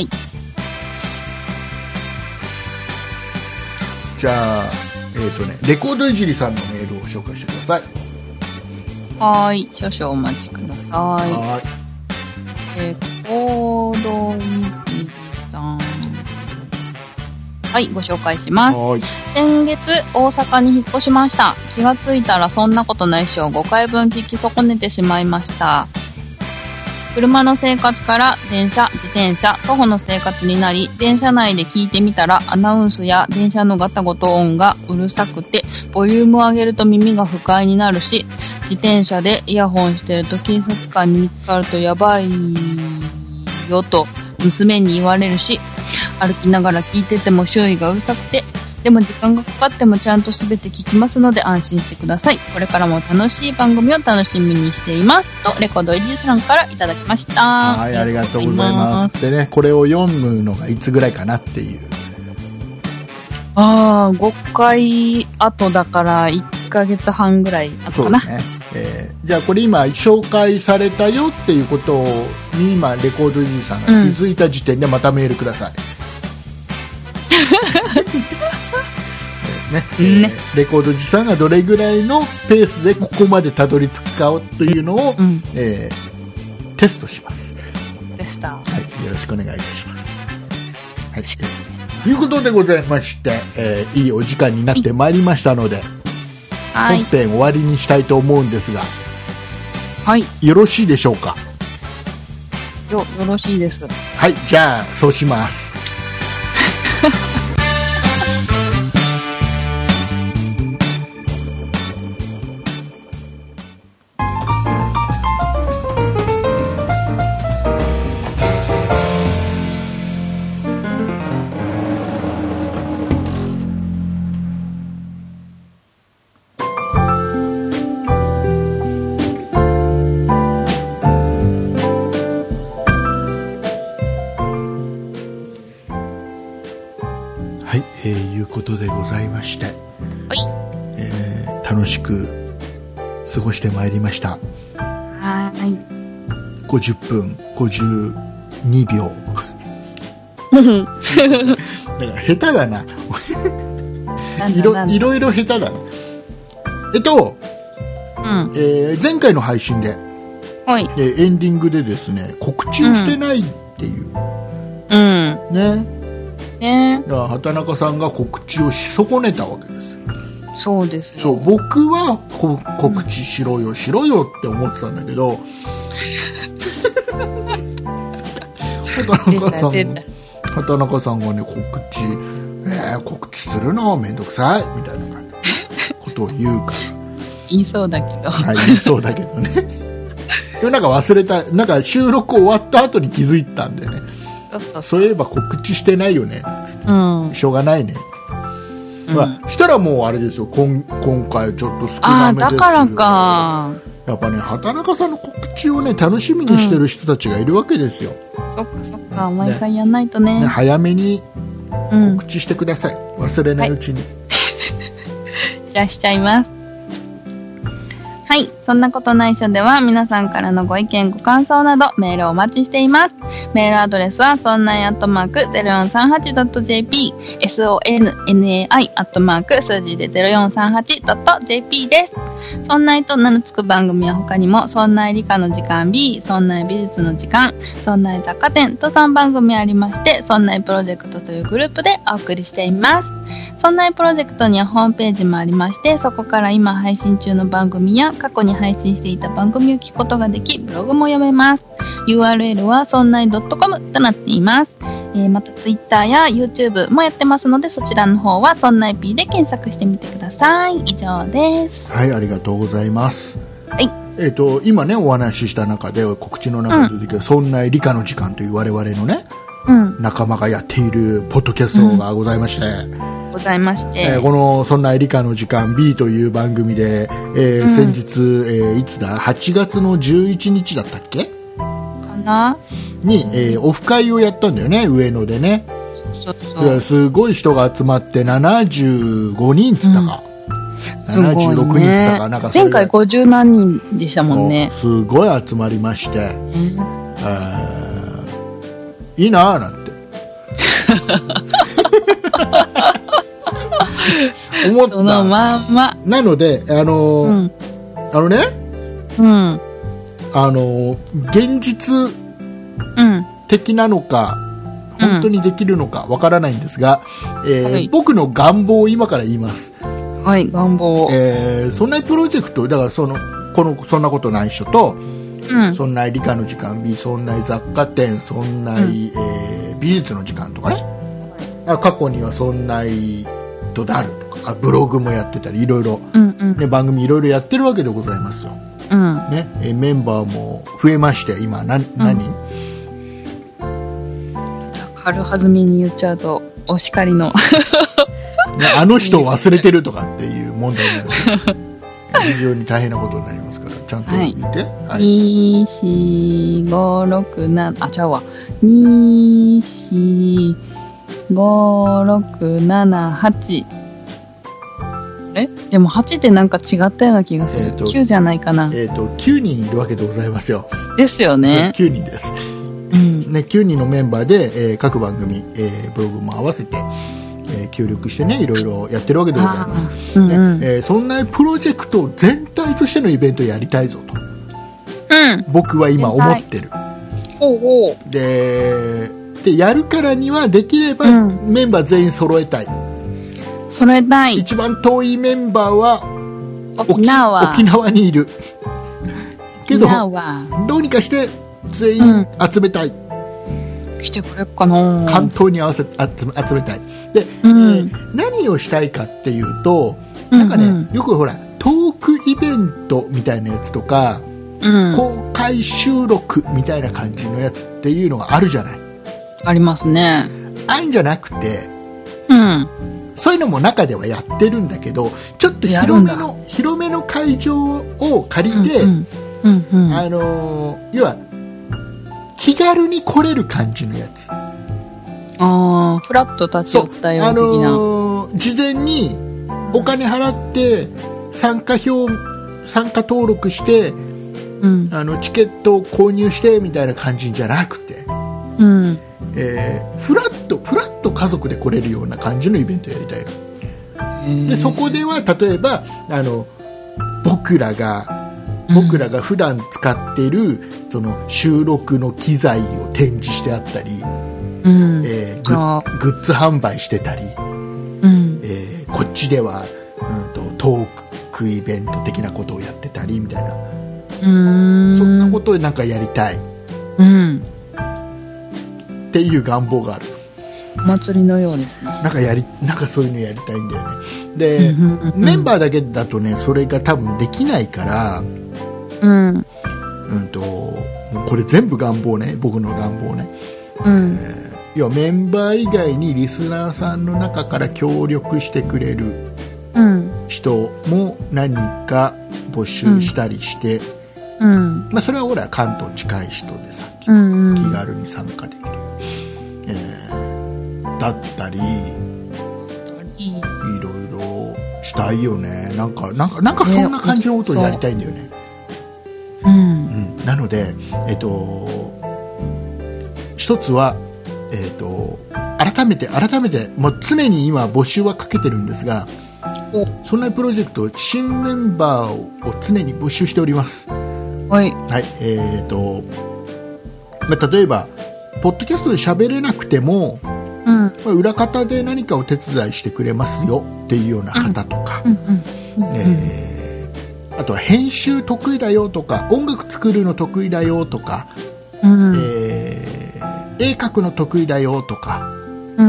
じゃあ、レコードいじりさんのメールを紹介してください。 はい。少々お待ちください。レコードいじりさん。はい、ご紹介します。先月、大阪に引っ越しました。気がついたらそんなことないっしょ。5回分聞き損ねてしまいました。車の生活から電車、自転車、徒歩の生活になり、電車内で聞いてみたらアナウンスや電車のガタゴト音がうるさくて、ボリュームを上げると耳が不快になるし、自転車でイヤホンしてると警察官に見つかるとやばいよと娘に言われるし、歩きながら聞いてても周囲がうるさくて、でも時間がかかってもちゃんとすべて聞きますので安心してください。これからも楽しい番組を楽しみにしていますとレコードイジーさんからいただきました。 はい、ありがとうございます。でね、これを読むのがいつぐらいかなっていう。 5回後だから1ヶ月半ぐらい後かな。そうですね。じゃあこれ今紹介されたよっていうことに今レコードイジーさんが気づいた時点でまたメールください。レコードイジーさんがどれぐらいのペースでここまでたどり着くかというのを、テストします。 テスター。 はい、よろしくお願いいたします。はい、ということでございまして、いいお時間になってまいりましたので、本編終わりにしたいと思うんですが、 はい、 よろしいでしょうか。 よろしいです。 はい、じゃあそうします。 楽しく過ごしてまいりました。 はい。 50分52秒だから下手だな。いろいろ下手だな。前回の配信で、 はい、 エンディングでですね、告知をしてないっていう、ね、だから畑中さんが告知をし損ねたわけですよ。 そうですよ。 そう、僕は告知しろよって思ってたんだけど畑中さんがね、告知するのめんどくさいみたいなことを言うから言いそうだけど言いそうだけどねでもなんか忘れた、なんか収録終わった後に気づいたんでね、そういえば告知してないよねつって、しょうがないねつって、したらもうあれですよ、今回ちょっと少なめですよ。 だからか。 やっぱね、畑中さんの告知をね、楽しみにしてる人たちがいるわけですよ。 そっか、毎回やんないとね。 早めに告知してください。忘れないうちに。 じゃあしちゃいます。はい。そんなことないしょでは皆さんからのご意見ご感想などメールをお待ちしています。メールアドレスはそんない@0438.jp sonnai@ 数字で 0438.jp です。そんないと名の付く番組は他にもそんない理科の時間 B、そんない美術の時間、そんない雑貨店と3番組ありまして、そんないプロジェクトというグループでお送りしています。そんないプロジェクトにはホームページもありまして、そこから今配信中の番組や過去に配信していた番組を聞くことができ、ブログも読めます。URL はそんない .com となっています。また Twitter や YouTube もやってますので、そちらの方はそんない P で検索してみてください。以上です。 はい、ありがとうございます。 はい。 今ね、お話しした中で、告知の中で出てきた、そんない理科の時間という我々のね、仲間がやっているポッドキャストがございまして、このそんない理科の時間 B という番組で、先日、いつだ、8月の11日だったっけかなに、オフ会をやったんだよね、上野でね。そうすごい人が集まって75人っつったか、76人っつったか、なんかそれ前回50何人でしたもんね。 すごい集まりまして、いいなーなんて思った。 そのまんま。 なので、現実的なのか、本当にできるのかわからないんですが、僕の願望を今から言います。 はい、願望。 そんなプロジェクト、だからそんなことないっしょと、そんな理科の時間 B、そんな雑貨店、そんな美術の時間とかね、過去にはそんなとダルとか、ブログもやってたり、いろいろ、番組いろいろやってるわけでございますよ。ね、メンバーも増えまして、今何人？ 軽はずみに言っちゃうとお叱りのあの人を忘れてるとかっていう問題になる非常に大変なことになりますから、ちゃんと言って、はい、 2、4、5、6、7、ちゃうわ、2、4、5、6、7、8。でも8ってなんか違ったような気がする。9じゃないかな。 9人いるわけでございますよ。 ですよね。 9人です。ね、9人のメンバーで、各番組、ブログも合わせて、協力してね、いろいろやってるわけでございます。そんなプロジェクト全体としてのイベントをやりたいぞと、僕は今思ってる。でやるからにはできればメンバー全員揃えたい。一番遠いメンバーは沖縄にいるけど、どうにかして全員集めたい。 来てくれっかな。 関東に集めたい。で、何をしたいかっていうと、なんかね、よくほらトークイベントみたいなやつとか、公開収録みたいな感じのやつっていうのがあるじゃない。 ありますね。 あんじゃなくて、そういうのも中ではやってるんだけど、ちょっと広めの会場を借りて、要は気軽に来れる感じのやつ。 フラッと立ち寄ったような的な。 事前にお金払って参加登録して、 うん、 チケットを購入してみたいな感じじゃなくて、 うん、 フラッと家族で来れるような感じのイベントやりたいの。でそこでは例えば僕らが普段使っているその収録の機材を展示してあったり、 うん、 グッズ販売してたり、 うんこっちでは、トークイベント的なことをやってたりみたいな、そんなことをなんかやりたい、 うん、 っていう願望がある。 お祭りのようですね。 なんかそういうのやりたいんだよね。で、メンバーだけだとねそれが多分できないから、もうこれ全部願望ね、僕の願望ね、要はメンバー以外にリスナーさんの中から協力してくれる人も何人か募集したりして、それは俺は関東近い人でさ、気軽に参加できる、だったりいろいろしたいよね。なんかそんな感じのことをやりたいんだよね。なので一つは改めてもう常に今募集はかけてるんですが、そんなプロジェクト新メンバーを常に募集しております。 はい、 はい、例えばポッドキャストで喋れなくても、裏方で何かを手伝いしてくれますよっていうような方とか、あとは編集得意だよとか、音楽作るの得意だよとか、絵描くの得意だよとか、ホ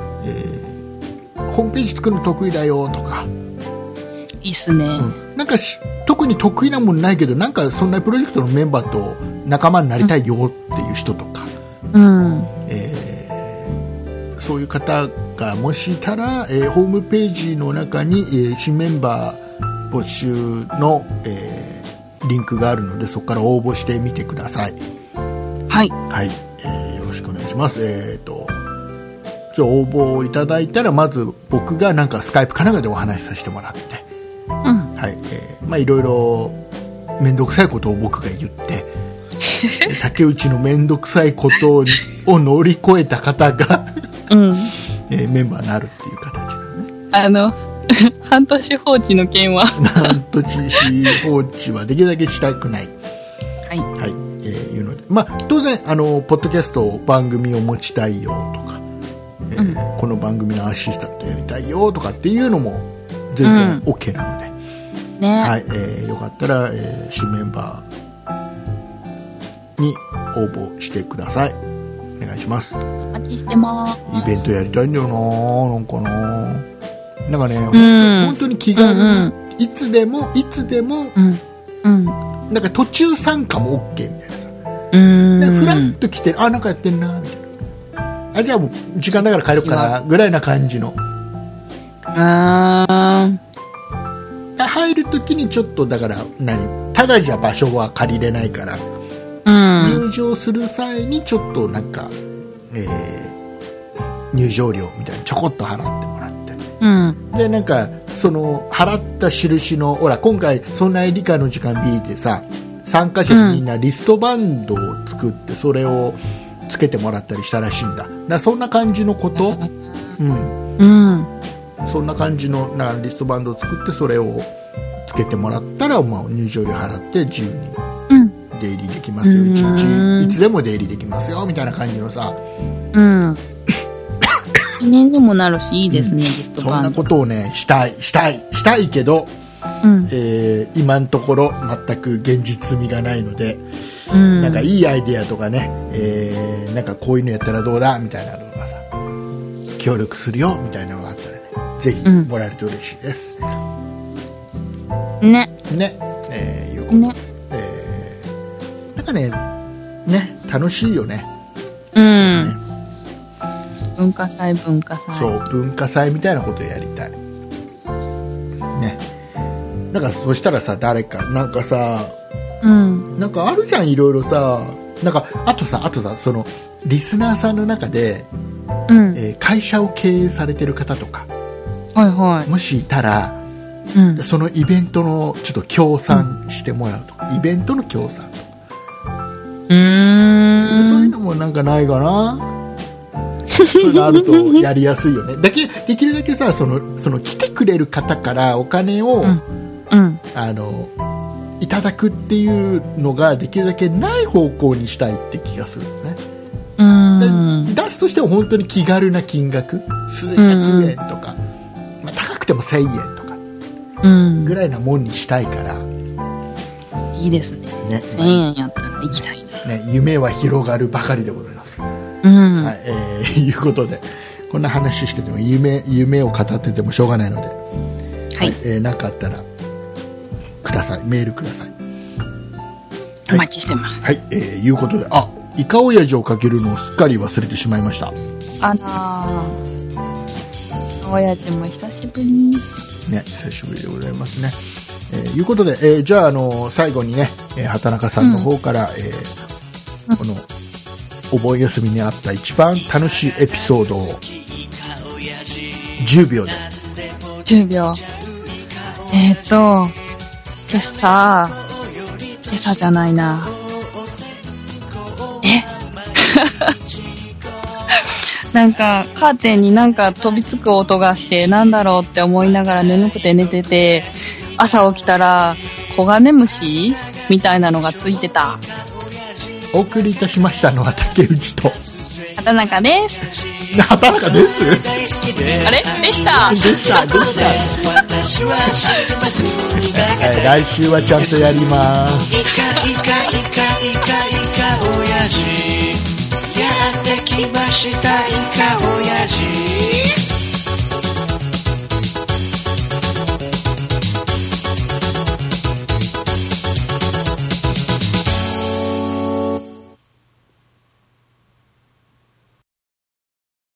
ームページ作るの得意だよとか、 いいっすね。 なんか特に得意なもんないけど、なんかそんなプロジェクトのメンバーと仲間になりたいよっていう人とか、そういう方がもしいたら、ホームページの中に、新メンバー募集の、リンクがあるので、そこから応募してみてください。 はい、 はい、よろしくお願いします。応募いただいたら、まず僕がなんかスカイプかなんかでお話しさせてもらって、はい、いろいろ面倒くさいことを僕が言って竹内の面倒くさいことを乗り越えた方がメンバーになるっていう形だね。 半年放置の件は半年放置はできるだけしたくない。 はい、 はい、いうので、当然ポッドキャスト番組を持ちたいよとか、この番組のアシスタントやりたいよとかっていうのも全然 OK なので、はい、よかったら、新メンバーに応募してください。お願いします。 お待ちしてます。 イベントやりたいんだよなんかね、本当に気軽に、いつでも、なんか途中参加も OK みたいなさ、フラッと来て、なんかやってんなみたいな、じゃあもう時間だから帰ろうかなぐらいな感じの、入るときにちょっとだからただじゃ場所は借りれないから、入場する際にちょっとなんか、入場料みたいなちょこっと払ってもらって、でなんかその払った印のほら今回そんな理科の時間 B でさ、参加者にみんなリストバンドを作ってそれをつけてもらったりしたらしいんだ。だからそんな感じのこと、そんな感じのリストバンドを作ってそれをつけてもらったら、入場料払って自由に出入りできますよ、1日いつでも出入りできますよみたいな感じのさ、 記念にもなるしいいですね、リストバンド。 そんなことをねしたいけど、今のところ全く現実味がないので、なんかいいアイデアとかね、なんかこういうのやったらどうだみたいなのがさ、協力するよみたいなのがあったらね、ぜひもらえると嬉しいです。いうことで、なんかね楽しいよね。 文化祭そう文化祭みたいなことをやりたいね。なんかそしたらさ、誰かなんかさ、なんかあるじゃん、いろいろさ、なんかあとさそのリスナーさんの中で、会社を経営されてる方とか、もしいたらうん、 そのイベントのちょっと協賛してもらうとか、イベントの協賛とか、そういうのもなんかないかな。そういうのあるとやりやすいよね。できるだけさ、その来てくれる方からお金を、いただくっていうのができるだけない方向にしたいって気がするよね。出すとしては本当に気軽な金額、数百円とか、まあ、高くても1000円とかぐらいなもんにしたいから、 いいですね。1000円やったら行きたいな、 ね、夢は広がるばかりでございます。はい、いうことで、こんな話してても夢を語っててもしょうがないので、はい、なかったらください、メールください。 お待ちしてます。 はい、いうことで、イカオヤジをかけるのをすっかり忘れてしまいました。 親父も久しぶりね、久しぶりでございますね。いうことで、じゃあ、最後にね、畑中さんの方から、このお盆休みにあった一番楽しいエピソードを10秒で。 10秒。今朝じゃないな。なんかカーテンになんか飛びつく音がして、なんだろうって思いながら眠くて寝てて、朝起きたらコガネムシみたいなのがついてた。 お送りいたしましたのは竹内と畑中です。 畑中です。 あれでした。 来週はちゃんとやります。 イカおやじやってきました、イカおやじ。